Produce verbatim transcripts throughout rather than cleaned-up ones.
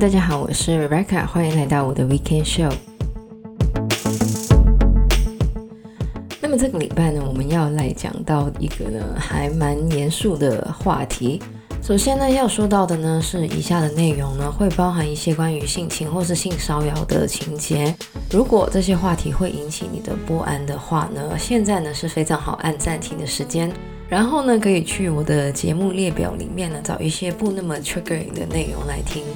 大家好，我是 Rebecca， 欢迎来到我的 Weekend Show。那么这个礼拜呢，我们要来讲到一个呢还蛮严肃的话题。首先呢，要说到的呢是以下的内容呢会包含一些关于性侵或是性骚扰的情节。如果这些话题会引起你的不安的话呢，现在呢是非常好按暂停的时间。然后呢，可以去我的节目列表里面呢找一些不那么 triggering 的内容来听。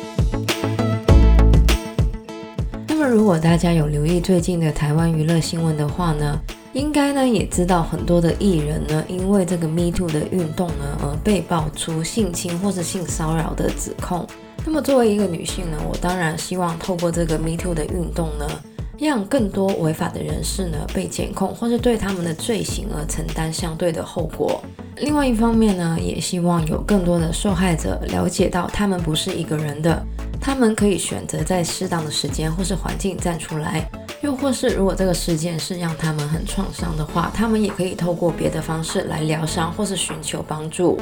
那么如果大家有留意最近的台湾娱乐新闻的话呢，应该呢也知道很多的艺人呢因为这个 Me Too 的运动呢而被爆出性侵或是性骚扰的指控。那么作为一个女性呢，我当然希望透过这个 Me Too 的运动呢，让更多违法的人士呢被检控，或是对他们的罪行而承担相对的后果。另外一方面呢，也希望有更多的受害者了解到他们不是一个人的，他们可以选择在适当的时间或是环境站出来，又或是如果这个事件是让他们很创伤的话，他们也可以透过别的方式来疗伤或是寻求帮助。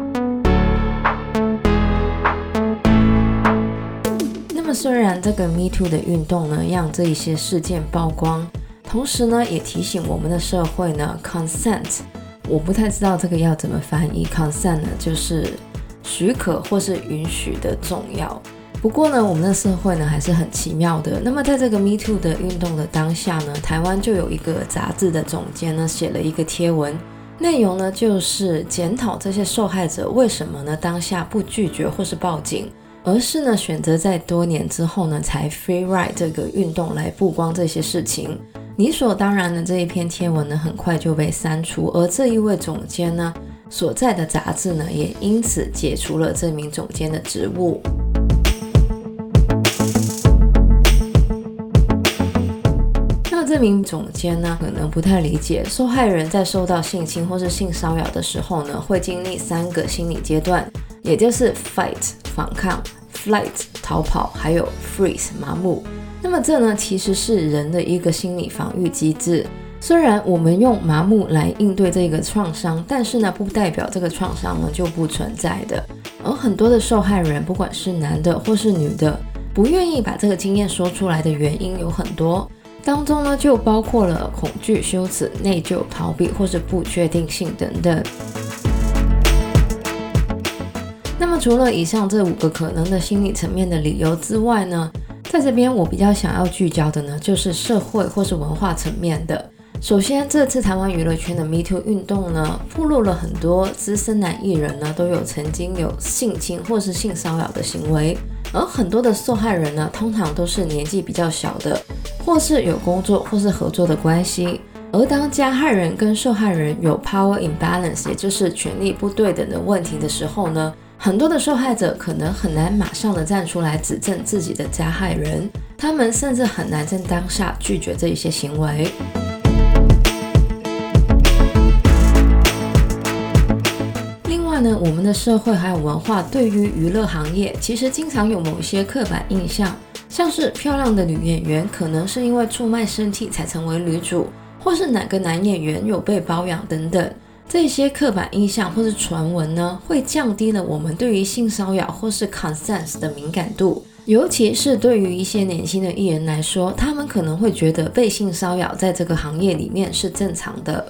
虽然这个 Me Too 的运动呢让这一些事件曝光，同时呢也提醒我们的社会呢 consent， 我不太知道这个要怎么翻译。 consent 呢就是许可或是允许的重要。不过呢我们的社会呢还是很奇妙的。那么在这个 Me Too 的运动的当下呢，台湾就有一个杂志的总监呢写了一个贴文，内容呢就是检讨这些受害者为什么呢当下不拒绝或是报警，而是呢选择在多年之后呢才 free ride 这个运动来曝光这些事情。理所当然的这一篇贴文呢很快就被删除，而这一位总监呢所在的杂志呢也因此解除了这名总监的职务。那这名总监呢可能不太理解，受害人在受到性侵或是性骚扰的时候呢会经历三个心理阶段，也就是 fight 反抗、flight 逃跑，还有 freeze 麻木。那么这呢其实是人的一个心理防御机制。虽然我们用麻木来应对这个创伤，但是呢不代表这个创伤呢就不存在的。而很多的受害人，不管是男的或是女的，不愿意把这个经验说出来的原因有很多，当中呢就包括了恐惧、羞耻、内疚、逃避或是不确定性等等。那么除了以上这五个可能的心理层面的理由之外呢，在这边我比较想要聚焦的呢就是社会或是文化层面的。首先，这次台湾娱乐圈的 Me Too 运动呢暴露了很多资深男艺人呢都有曾经有性侵或是性骚扰的行为，而很多的受害人呢通常都是年纪比较小的，或是有工作或是合作的关系。而当加害人跟受害人有 power imbalance， 也就是权力不对等的问题的时候呢，很多的受害者可能很难马上的站出来指证自己的加害人，他们甚至很难在当下拒绝这一些行为。另外呢，我们的社会还有文化对于娱乐行业其实经常有某些刻板印象，像是漂亮的女演员可能是因为出卖身体才成为女主，或是哪个男演员有被包养等等。这些刻板印象或是传闻呢，会降低了我们对于性骚扰或是 consent 的敏感度，尤其是对于一些年轻的艺人来说，他们可能会觉得被性骚扰在这个行业里面是正常的。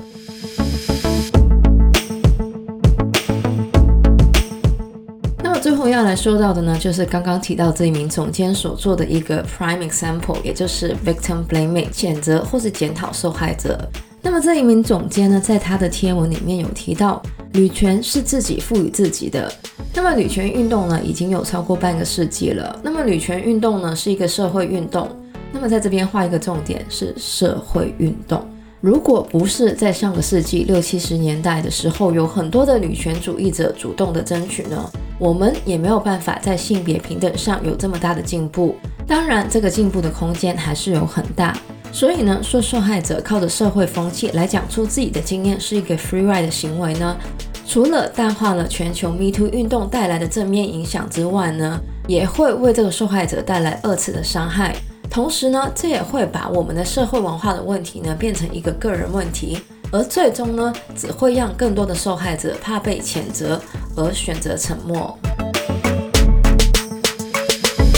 最后要来说到的呢，就是刚刚提到这一名总监所做的一个 prime example， 也就是 victim blaming， 谴责或是检讨受害者。那么这一名总监呢，在他的贴文里面有提到，女权是自己赋予自己的。那么女权运动呢，已经有超过半个世纪了。那么女权运动呢，是一个社会运动。那么在这边画一个重点，是社会运动。如果不是在上个世纪六七十年代的时候，有很多的女权主义者主动的争取呢，我们也没有办法在性别平等上有这么大的进步。当然，这个进步的空间还是有很大。所以呢，说受害者靠着社会风气来讲出自己的经验是一个 free ride 的行为呢，除了淡化了全球 Me Too 运动带来的正面影响之外呢，也会为这个受害者带来二次的伤害。同时呢，这也会把我们的社会文化的问题呢变成一个个人问题，而最终呢，只会让更多的受害者怕被谴责而选择沉默。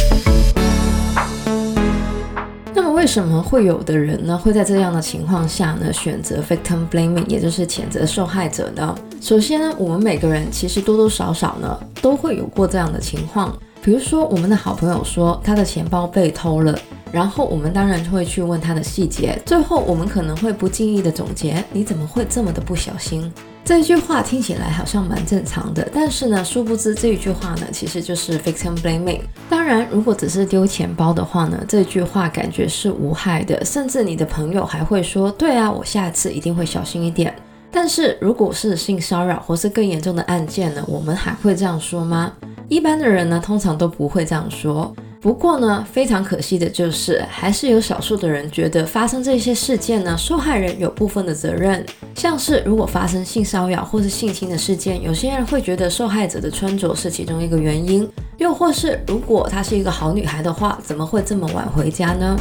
为什么会有的人呢会在这样的情况下呢选择 victim blaming， 也就是谴责受害者呢？首先呢，我们每个人其实多多少少呢都会有过这样的情况。比如说我们的好朋友说他的钱包被偷了，然后我们当然会去问他的细节，最后我们可能会不经意的总结，你怎么会这么的不小心？这一句话听起来好像蛮正常的，但是呢，殊不知这一句话呢其实就是 victim blaming。 当然如果只是丢钱包的话呢，这句话感觉是无害的，甚至你的朋友还会说，对啊，我下次一定会小心一点。但是如果是性骚扰或是更严重的案件呢，我们还会这样说吗？一般的人呢通常都不会这样说。不过呢，非常可惜的就是还是有少数的人觉得发生这些事件呢，受害人有部分的责任。像是如果发生性骚扰或是性侵的事件，有些人会觉得受害者的穿着是其中一个原因，又或是如果她是一个好女孩的话，怎么会这么晚回家呢？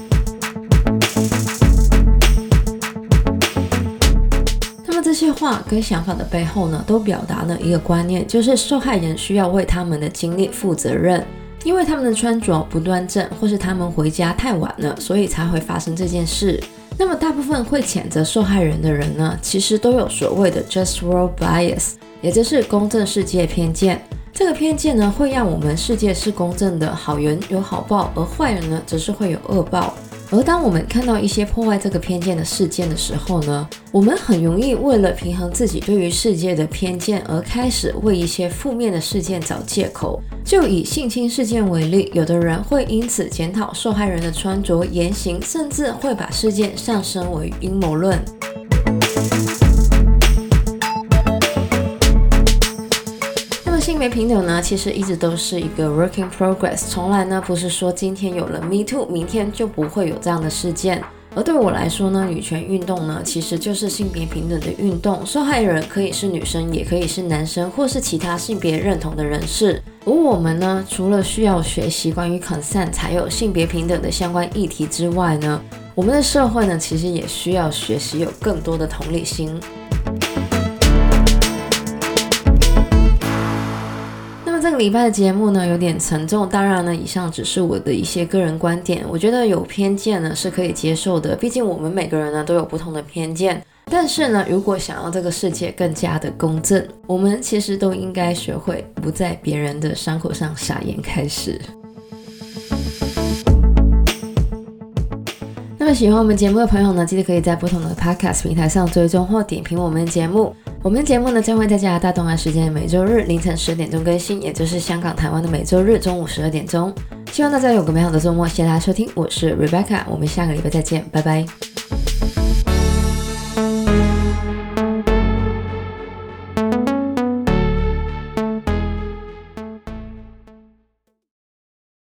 这些话跟想法的背后呢，都表达了一个观念，就是受害人需要为他们的经历负责任，因为他们的穿着不端正，或是他们回家太晚了，所以才会发生这件事。那么大部分会谴责受害人的人呢，其实都有所谓的 just world bias， 也就是公正世界偏见。这个偏见呢，会让我们世界是公正的，好人有好报，而坏人呢，则是会有恶报。而当我们看到一些破坏这个偏见的事件的时候呢，我们很容易为了平衡自己对于世界的偏见，而开始为一些负面的事件找借口。就以性侵事件为例，有的人会因此检讨受害人的穿着、言行，甚至会把事件上升为阴谋论。性别平等呢，其实一直都是一个 work in progress， 从来呢不是说今天有了 Me Too， 明天就不会有这样的事件。而对我来说呢，女权运动呢，其实就是性别平等的运动，受害人可以是女生，也可以是男生，或是其他性别认同的人士。而我们呢，除了需要学习关于 consent 还有性别平等的相关议题之外呢，我们的社会呢，其实也需要学习有更多的同理心。这个礼拜的节目呢有点沉重，当然呢以上只是我的一些个人观点，我觉得有偏见呢是可以接受的，毕竟我们每个人呢都有不同的偏见。但是呢，如果想要这个世界更加的公正，我们其实都应该学会不在别人的伤口上撒盐开始。那么喜欢我们节目的朋友呢，记得可以在不同的 podcast 平台上追踪或点评我们的节目。我们的节目呢将会在加拿大东岸时间的每周日凌晨十点钟更新，也就是香港、台湾的每周日中午十二点钟。希望大家有个美好的周末，谢谢大家收听，我是 Rebecca， 我们下个礼拜再见，拜拜。